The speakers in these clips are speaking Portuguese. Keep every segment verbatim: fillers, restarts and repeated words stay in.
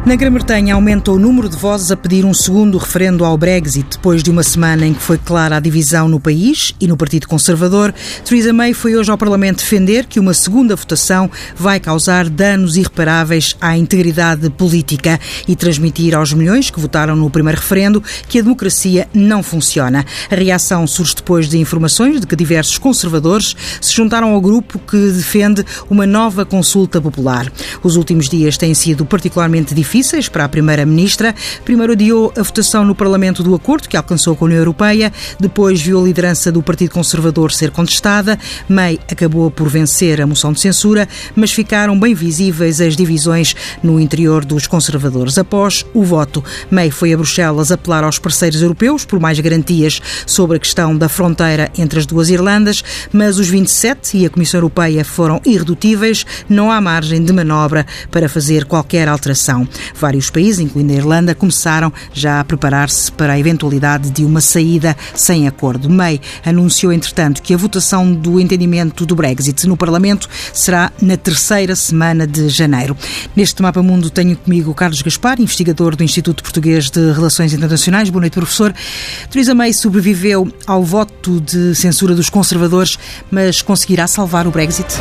Na Grã-Bretanha aumenta o número de vozes a pedir um segundo referendo ao Brexit. Depois de uma semana em que foi clara a divisão no país e no Partido Conservador, Theresa May foi hoje ao Parlamento defender que uma segunda votação vai causar danos irreparáveis à integridade política e transmitir aos milhões que votaram no primeiro referendo que a democracia não funciona. A reação surge depois de informações de que diversos conservadores se juntaram ao grupo que defende uma nova consulta popular. Os últimos dias têm sido particularmente difíceis para a Primeira-Ministra. Primeiro adiou a votação no Parlamento do acordo que alcançou com a União Europeia, depois viu a liderança do Partido Conservador ser contestada. May acabou por vencer a moção de censura, mas ficaram bem visíveis as divisões no interior dos conservadores. Após o voto, May foi a Bruxelas apelar aos parceiros europeus por mais garantias sobre a questão da fronteira entre as duas Irlandas, mas os vinte e sete e a Comissão Europeia foram irredutíveis. Não há margem de manobra para fazer qualquer alteração. Vários países, incluindo a Irlanda, começaram já a preparar-se para a eventualidade de uma saída sem acordo. May anunciou, entretanto, que a votação do entendimento do Brexit no Parlamento será na terceira semana de janeiro. Neste Mapa Mundo tenho comigo o Carlos Gaspar, investigador do Instituto Português de Relações Internacionais. Boa noite, professor. Theresa May sobreviveu ao voto de censura dos conservadores, mas conseguirá salvar o Brexit?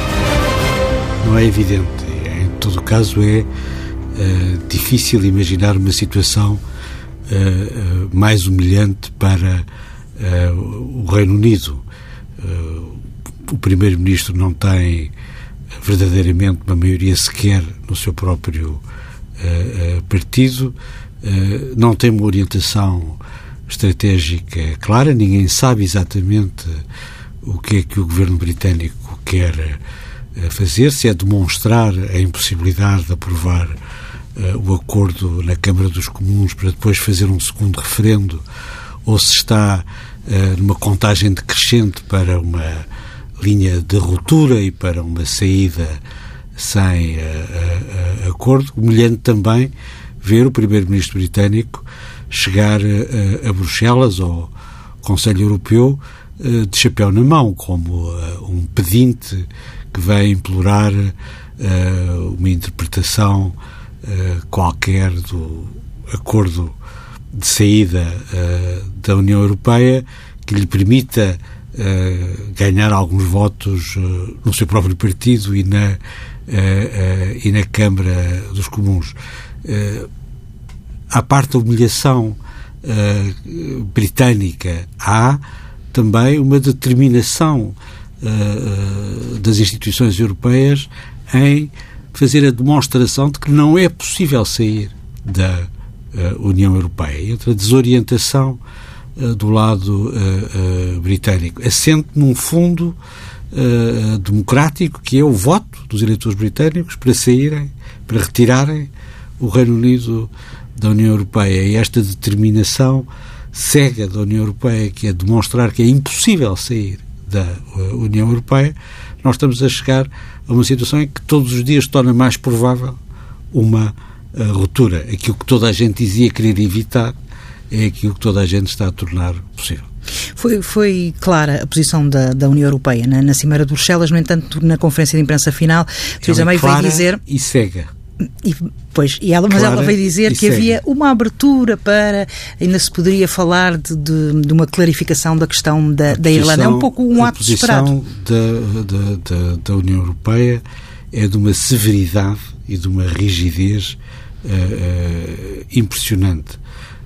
Não é evidente. Em todo caso, é Uh, difícil imaginar uma situação uh, uh, mais humilhante para uh, o Reino Unido. Uh, o Primeiro-Ministro não tem verdadeiramente uma maioria sequer no seu próprio uh, uh, partido, uh, não tem uma orientação estratégica clara, ninguém sabe exatamente o que é que o governo britânico quer uh, fazer, se é demonstrar a impossibilidade de aprovar Uh, o acordo na Câmara dos Comuns para depois fazer um segundo referendo, ou se está uh, numa contagem decrescente para uma linha de ruptura e para uma saída sem uh, uh, uh, acordo. Humilhante também ver o Primeiro-Ministro britânico chegar uh, a Bruxelas ou Conselho Europeu uh, de chapéu na mão, como uh, um pedinte que vai implorar uh, uma interpretação Uh, qualquer do acordo de saída uh, da União Europeia que lhe permita uh, ganhar alguns votos uh, no seu próprio partido e na, uh, uh, e na Câmara dos Comuns. Uh, à parte da humilhação uh, britânica, há também uma determinação uh, uh, das instituições europeias em fazer a demonstração de que não é possível sair da uh, União Europeia. Entre a desorientação uh, do lado uh, uh, britânico, assente num fundo uh, democrático, que é o voto dos eleitores britânicos para saírem, para retirarem o Reino Unido da União Europeia. E esta determinação cega da União Europeia, que é demonstrar que é impossível sair da uh, União Europeia, nós estamos a chegar a uma situação em que todos os dias se torna mais provável uma uh, ruptura. Aquilo que toda a gente dizia querer evitar é aquilo que toda a gente está a tornar possível. Foi, foi clara a posição da, da União Europeia na, na Cimeira de Bruxelas, no entanto, na conferência de imprensa final, Theresa May veio dizer... e cega. E, pois, e ela, mas clara ela veio dizer que cega. Havia uma abertura para, ainda se poderia falar de, de, de uma clarificação da questão da, da Irlanda. É um pouco um ato desesperado. A posição da, da, da, da União Europeia é de uma severidade e de uma rigidez uh, uh, impressionante.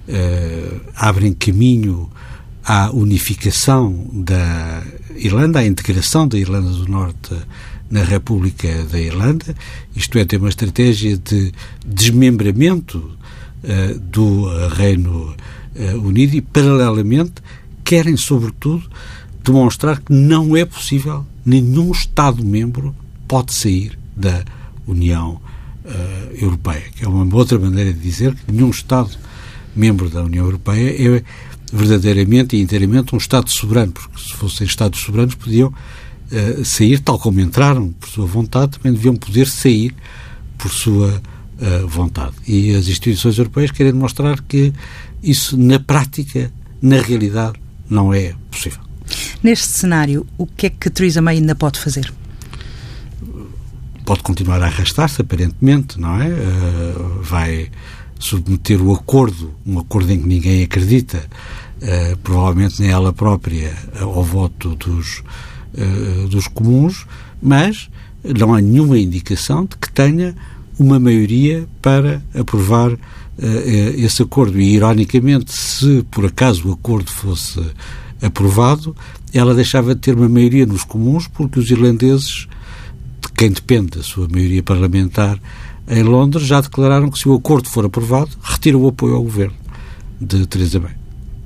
Uh, abrem caminho à unificação da Irlanda, à integração da Irlanda do Norte na República da Irlanda. Isto é, tem uma estratégia de desmembramento uh, do Reino uh, Unido e, paralelamente, querem, sobretudo, demonstrar que não é possível, nenhum Estado-membro pode sair da União uh, Europeia, que é uma outra maneira de dizer que nenhum Estado-membro da União Europeia é verdadeiramente e inteiramente um Estado soberano, porque se fossem Estados soberanos podiam Uh, sair, tal como entraram por sua vontade, também deviam poder sair por sua uh, vontade. E as instituições europeias querem demonstrar que isso, na prática, na realidade, não é possível. Neste cenário, o que é que Theresa May ainda pode fazer? pode continuar a arrastar-se, aparentemente, não é? Uh, vai submeter o acordo, um acordo em que ninguém acredita, uh, provavelmente nem ela própria, ao voto dos, uh, dos comuns, mas não há nenhuma indicação de que tenha uma maioria para aprovar uh, esse acordo. E, ironicamente, se por acaso o acordo fosse aprovado, ela deixava de ter uma maioria nos comuns, porque os irlandeses, de quem depende da sua maioria parlamentar em Londres, já declararam que, se o acordo for aprovado, retiram o apoio ao governo de Theresa May.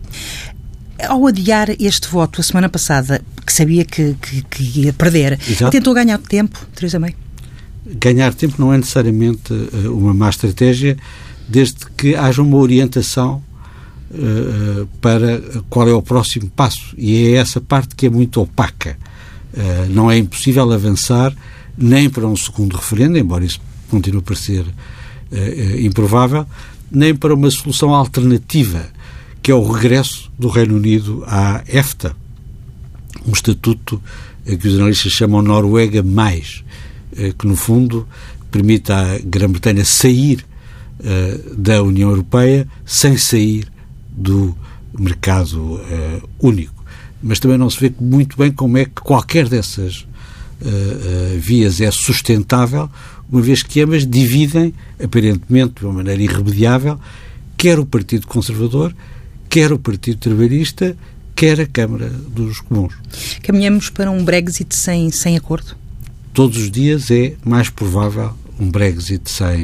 Ao adiar este voto a semana passada, que sabia que, que, que ia perder, tentou ganhar tempo, Theresa May? Ganhar tempo não é necessariamente uma má estratégia, desde que haja uma orientação uh, para qual é o próximo passo. E é essa parte que é muito opaca. Uh, não é impossível avançar nem para um segundo referendo, embora isso continue a parecer uh, improvável, nem para uma solução alternativa, que é o regresso do Reino Unido à EFTA, um estatuto uh, que os analistas chamam Noruega mais, uh, que no fundo permite à Grã-Bretanha sair uh, da União Europeia sem sair do mercado uh, único. Mas também não se vê muito bem como é que qualquer dessas uh, uh, vias é sustentável, uma vez que ambas dividem, aparentemente de uma maneira irremediável, quer o Partido Conservador, quer o Partido Trabalhista, quer a Câmara dos Comuns. Caminhamos para um Brexit sem, sem acordo? Todos os dias é mais provável um Brexit sem uh,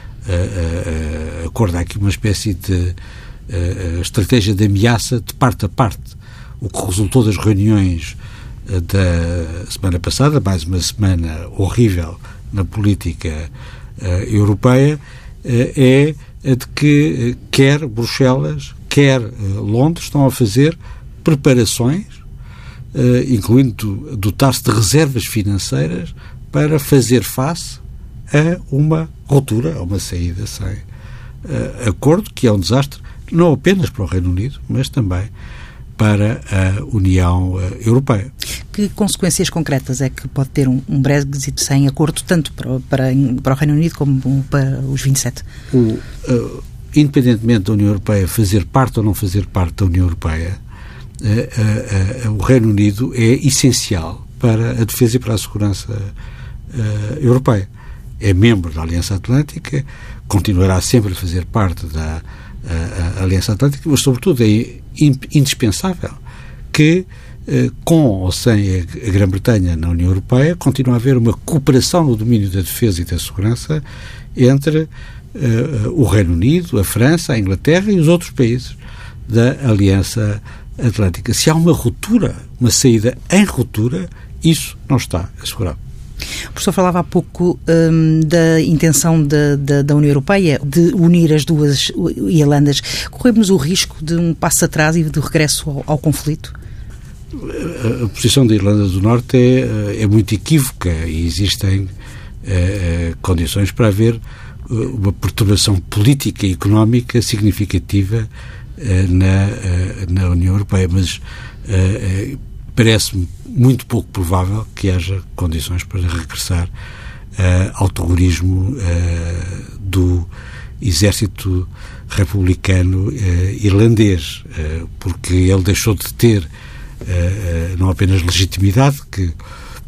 uh, acordo. Há aqui uma espécie de uh, estratégia de ameaça de parte a parte. O que resultou das reuniões uh, da semana passada, mais uma semana horrível na política uh, europeia, uh, é a de que uh, quer Bruxelas, quer uh, Londres estão a fazer preparações, uh, incluindo dotar-se de reservas financeiras para fazer face a uma ruptura, a uma saída sem uh, acordo, que é um desastre não apenas para o Reino Unido, mas também para a União uh, Europeia. Que consequências concretas é que pode ter um, um Brexit sem acordo, tanto para, para, para o Reino Unido como para os vinte e sete? O, uh, independentemente da União Europeia fazer parte ou não fazer parte da União Europeia, uh, uh, uh, o Reino Unido é essencial para a defesa e para a segurança uh, europeia. É membro da Aliança Atlântica, continuará sempre a fazer parte da uh, Aliança Atlântica, mas, sobretudo, é indispensável que, uh, com ou sem a Grã-Bretanha na União Europeia, continue a haver uma cooperação no domínio da defesa e da segurança entre uh, o Reino Unido, a França, a Inglaterra e os outros países da Aliança Atlântica. Se há uma ruptura, uma saída em ruptura, isso não está assegurado. O professor falava há pouco hum, da intenção da, da, da União Europeia de unir as duas Irlandas. Corremos o risco de um passo atrás e de regresso ao, ao conflito? A, a posição da Irlanda do Norte é, é muito equívoca e existem é, condições para haver uma perturbação política e económica significativa é, na, na União Europeia, mas é, parece-me muito pouco provável que haja condições para regressar uh, ao terrorismo uh, do exército republicano uh, irlandês, uh, porque ele deixou de ter uh, não apenas legitimidade, que, uh,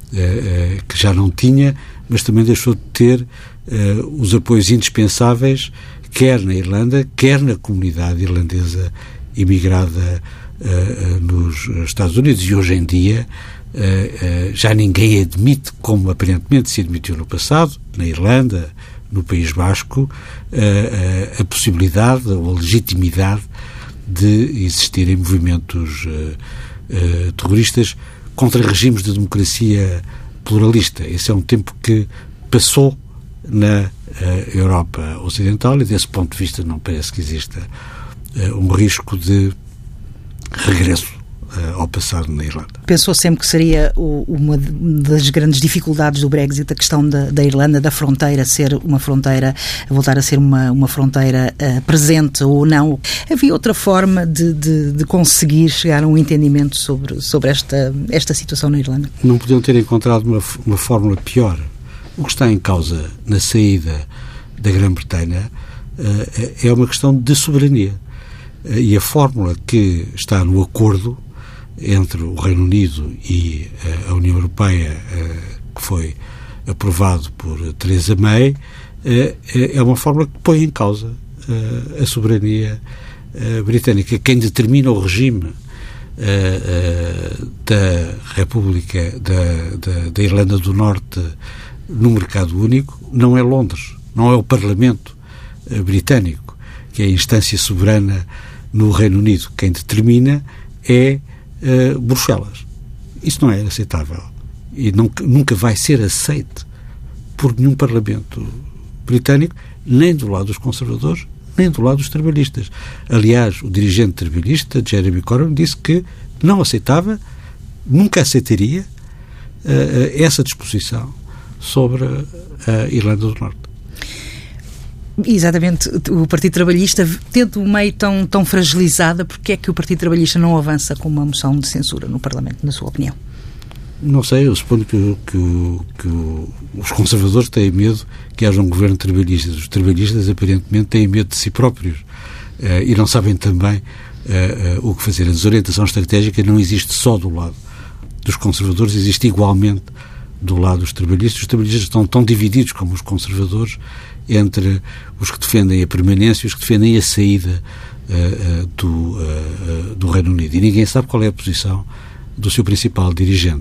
uh, que já não tinha, mas também deixou de ter uh, os apoios indispensáveis, quer na Irlanda, quer na comunidade irlandesa imigrada uh, uh, nos Estados Unidos. E hoje em dia Uh, uh, já ninguém admite, como aparentemente se admitiu no passado, na Irlanda, no País Basco, uh, uh, a possibilidade ou a legitimidade de existirem movimentos uh, uh, terroristas contra regimes de democracia pluralista. Esse é um tempo que passou na uh, Europa Ocidental e, desse ponto de vista, não parece que exista uh, um risco de regresso ao passado na Irlanda. Pensou sempre que seria o, uma das grandes dificuldades do Brexit a questão da, da Irlanda, da fronteira ser uma fronteira, voltar a ser uma, uma fronteira uh, presente ou não. Havia outra forma de, de, de conseguir chegar a um entendimento sobre, sobre esta, esta situação na Irlanda? Não podiam ter encontrado uma, uma fórmula pior. O que está em causa na saída da Grã-Bretanha é uma questão de soberania. E a fórmula que está no acordo entre o Reino Unido e a União Europeia, que foi aprovado por Theresa May, é uma fórmula que põe em causa a soberania britânica. Quem determina o regime da República da, da, da Irlanda do Norte no mercado único não é Londres, não é o Parlamento britânico, que é a instância soberana no Reino Unido. Quem determina é uh, Bruxelas. Isso não é aceitável e não, nunca vai ser aceito por nenhum Parlamento britânico, nem do lado dos conservadores, nem do lado dos trabalhistas. Aliás, o dirigente trabalhista, Jeremy Corbyn, disse que não aceitava, nunca aceitaria uh, essa disposição sobre a Irlanda do Norte. Exatamente. O Partido Trabalhista, tendo o meio tão, tão fragilizada, porque é que o Partido Trabalhista não avança com uma moção de censura no Parlamento, na sua opinião? Não sei, eu suponho que, que, que os conservadores têm medo que haja um governo trabalhista. Os trabalhistas, aparentemente, têm medo de si próprios uh, e não sabem também uh, uh, o que fazer. A desorientação estratégica não existe só do lado dos conservadores, existe igualmente do lado dos trabalhistas. Os trabalhistas estão tão divididos como os conservadores entre os que defendem a permanência e os que defendem a saída uh, uh, do, uh, uh, do Reino Unido. E ninguém sabe qual é a posição do seu principal dirigente.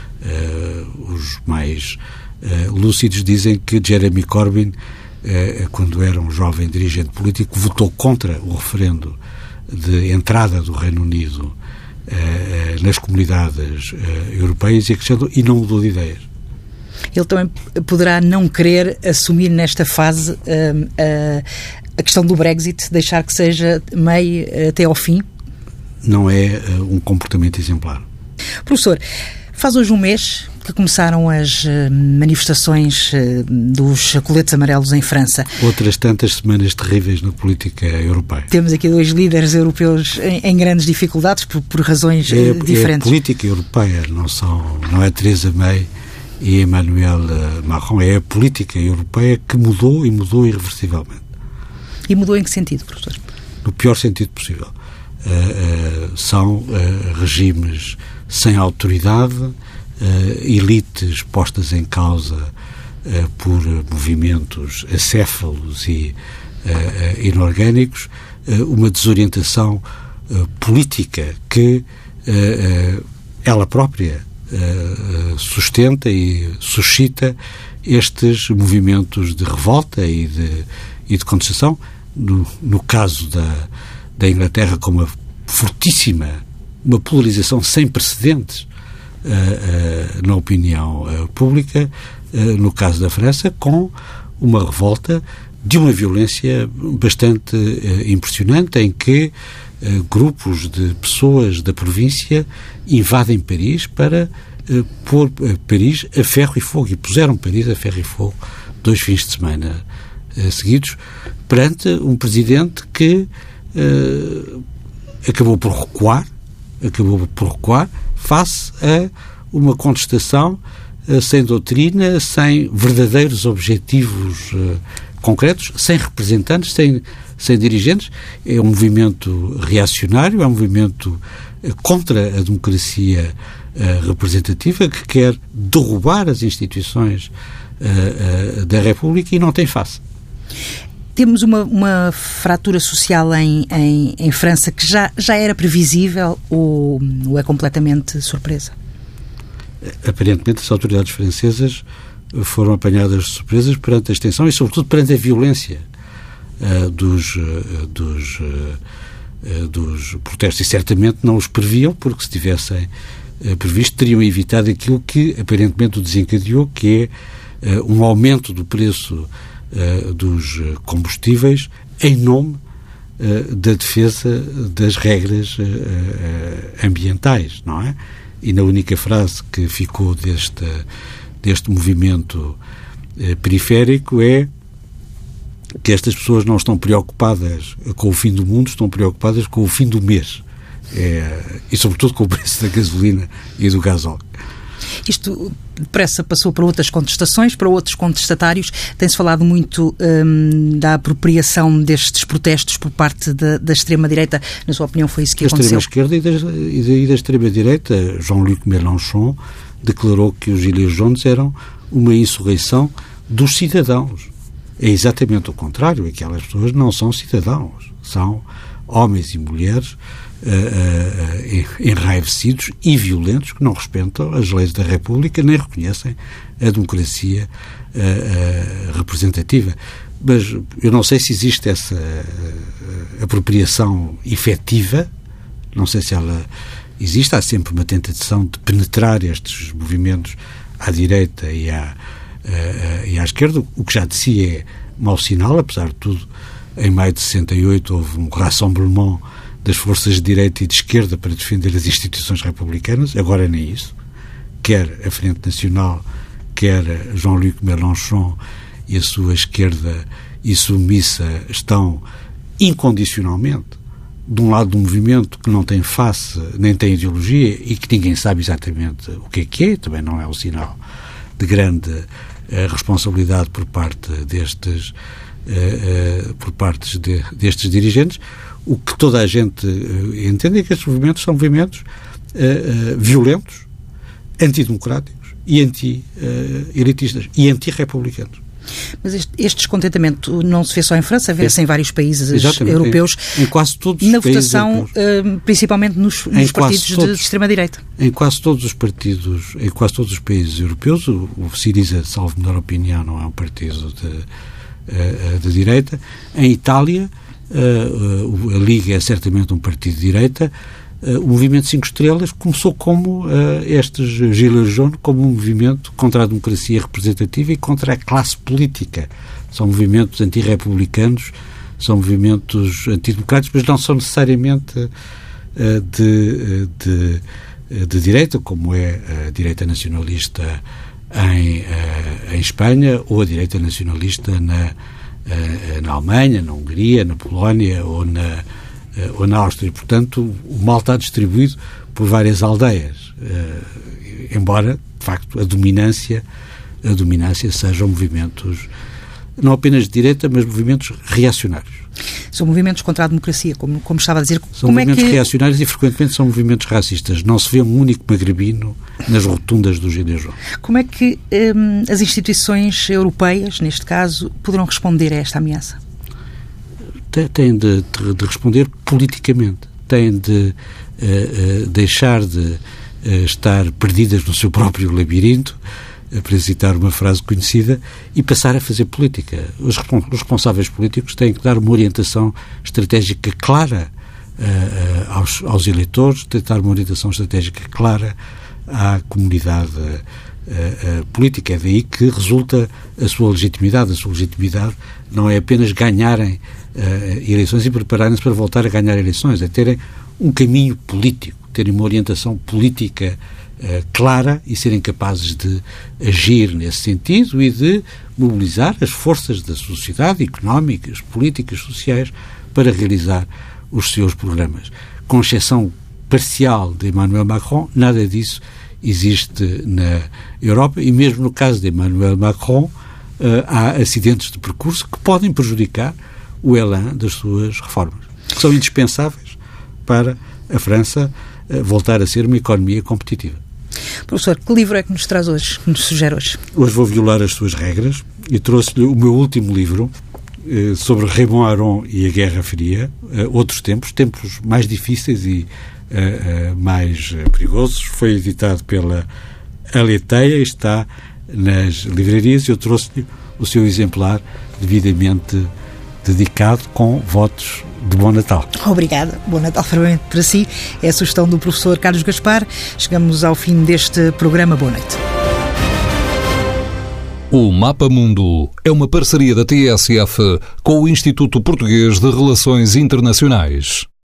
Uh, os mais uh, lúcidos dizem que Jeremy Corbyn, uh, quando era um jovem dirigente político, votou contra o referendo de entrada do Reino Unido uh, nas comunidades uh, europeias e, e não mudou de ideias. Ele também poderá não querer assumir nesta fase uh, uh, a questão do Brexit, deixar que seja May uh, até ao fim? Não é uh, um comportamento exemplar. Professor, faz hoje um mês que começaram as uh, manifestações uh, dos coletes amarelos em França. Outras tantas semanas terríveis na política europeia. Temos aqui dois líderes europeus em, em grandes dificuldades por, por razões é, uh, diferentes. É a política europeia, não, são, não é Theresa May e Emmanuel Macron, é a política europeia que mudou e mudou irreversivelmente. E mudou em que sentido, professor? No pior sentido possível. Uh, uh, são uh, regimes sem autoridade, uh, elites postas em causa uh, por movimentos acéfalos e uh, uh, inorgânicos, uh, uma desorientação uh, política que uh, uh, ela própria Uh, sustenta e suscita estes movimentos de revolta e de, e de contestação. No, no caso da, da Inglaterra, com uma fortíssima, uma polarização sem precedentes uh, uh, na opinião uh, pública. Uh, no caso da França, com uma revolta de uma violência bastante uh, impressionante, em que Uh, grupos de pessoas da província invadem Paris para uh, pôr uh, Paris a ferro e fogo, e puseram Paris a ferro e fogo dois fins de semana uh, seguidos, perante um presidente que uh, acabou por recuar, acabou por recuar face a uma contestação uh, sem doutrina, sem verdadeiros objetivos uh, concretos, sem representantes, sem sem dirigentes. É um movimento reacionário, é um movimento contra a democracia uh, representativa, que quer derrubar as instituições uh, uh, da República e não tem face. Temos uma, uma fratura social em, em, em França que já, já era previsível ou, ou é completamente surpresa? Aparentemente as autoridades francesas foram apanhadas de surpresas perante a extensão e sobretudo perante a violência Uh, dos, uh, dos, uh, uh, dos protestos, e certamente não os previam, porque se tivessem uh, previsto teriam evitado aquilo que aparentemente o desencadeou, que é uh, um aumento do preço uh, dos combustíveis em nome uh, da defesa das regras uh, uh, ambientais, não é? E na única frase que ficou deste, deste movimento uh, periférico é que estas pessoas não estão preocupadas com o fim do mundo, estão preocupadas com o fim do mês. É, e, sobretudo, com o preço da gasolina e do gasóleo. Isto depressa passou para outras contestações, para outros contestatários. Tem-se falado muito hum, da apropriação destes protestos por parte da, da extrema-direita. Na sua opinião, foi isso que da aconteceu? Da extrema-esquerda e da, e da extrema-direita. Jean-Luc Mélenchon declarou que os Gilets jaunes eram uma insurreição dos cidadãos. É exatamente o contrário. Aquelas pessoas não são cidadãos. São homens e mulheres uh, uh, enraivecidos e violentos que não respeitam as leis da República nem reconhecem a democracia uh, uh, representativa. Mas eu não sei se existe essa uh, apropriação efetiva, não sei se ela existe. Há sempre uma tentação de penetrar estes movimentos à direita e à, uh, uh, e à esquerda, o que já de si é mau sinal. Apesar de tudo, em maio de sessenta e oito houve um rassemblement das forças de direita e de esquerda para defender as instituições republicanas. Agora nem isso. Quer a Frente Nacional, quer Jean-Luc Mélenchon e a sua esquerda insubmissa estão incondicionalmente de um lado do movimento que não tem face, nem tem ideologia e que ninguém sabe exatamente o que é que é. Também não é um sinal de grande uh, responsabilidade por parte destes Uh, uh, por parte de, destes dirigentes. O que toda a gente uh, entende é que estes movimentos são movimentos uh, uh, violentos, antidemocráticos e anti-elitistas uh, e anti-republicanos. Mas este, este descontentamento não se vê só em França, vê-se em vários países Exatamente. europeus. Em, em quase todos os na países votação, uh, principalmente nos, nos partidos todos, de, de extrema-direita. Em quase todos os partidos, em quase todos os países europeus, o, o Syriza, salvo melhor opinião, não é um partido de da direita. Em Itália, a Liga é certamente um partido de direita. O Movimento cinco Estrelas começou como estes Gilets jaunes, como um movimento contra a democracia representativa e contra a classe política. São movimentos antirrepublicanos, são movimentos antidemocráticos, mas não são necessariamente de, de, de direita, como é a direita nacionalista Em, uh, em Espanha, ou a direita nacionalista na, uh, na Alemanha, na Hungria, na Polónia ou na, uh, ou na Áustria. Portanto, o mal está distribuído por várias aldeias, uh, embora, de facto, a dominância, a dominância sejam movimentos não apenas de direita, mas movimentos reacionários. São movimentos contra a democracia, como, como estava a dizer. São como movimentos é que... reacionários e frequentemente são movimentos racistas. Não se vê um único magrebino nas rotundas do Gilets jaunes. Como é que hum, as instituições europeias, neste caso, poderão responder a esta ameaça? Têm de, de, de responder politicamente. Têm de uh, uh, deixar de uh, estar perdidas no seu próprio labirinto, para citar uma frase conhecida, e passar a fazer política. Os responsáveis políticos têm que dar uma orientação estratégica clara uh, aos, aos eleitores, têm que dar uma orientação estratégica clara à comunidade uh, uh, política. É daí que resulta a sua legitimidade. A sua legitimidade não é apenas ganharem uh, eleições e prepararem-se para voltar a ganhar eleições, é terem um caminho político, terem uma orientação política clara e serem capazes de agir nesse sentido e de mobilizar as forças da sociedade, económicas, políticas, sociais, para realizar os seus programas. Com exceção parcial de Emmanuel Macron, nada disso existe na Europa e mesmo no caso de Emmanuel Macron há acidentes de percurso que podem prejudicar o elan das suas reformas, que são indispensáveis para a França voltar a ser uma economia competitiva. Professor, que livro é que nos traz hoje, que nos sugere hoje? Hoje vou violar as suas regras e trouxe-lhe o meu último livro eh, sobre Raymond Aron e a Guerra Fria, eh, outros tempos, tempos mais difíceis e eh, eh, mais eh, perigosos. Foi editado pela Aleteia e está nas livrarias. Eu trouxe-lhe o seu exemplar devidamente dedicado, com votos de Bom Natal. Obrigada. Bom Natal para si. É a sugestão do professor Carlos Gaspar. Chegamos ao fim deste programa. Boa noite. O Mapa Mundo é uma parceria da T S F com o Instituto Português de Relações Internacionais.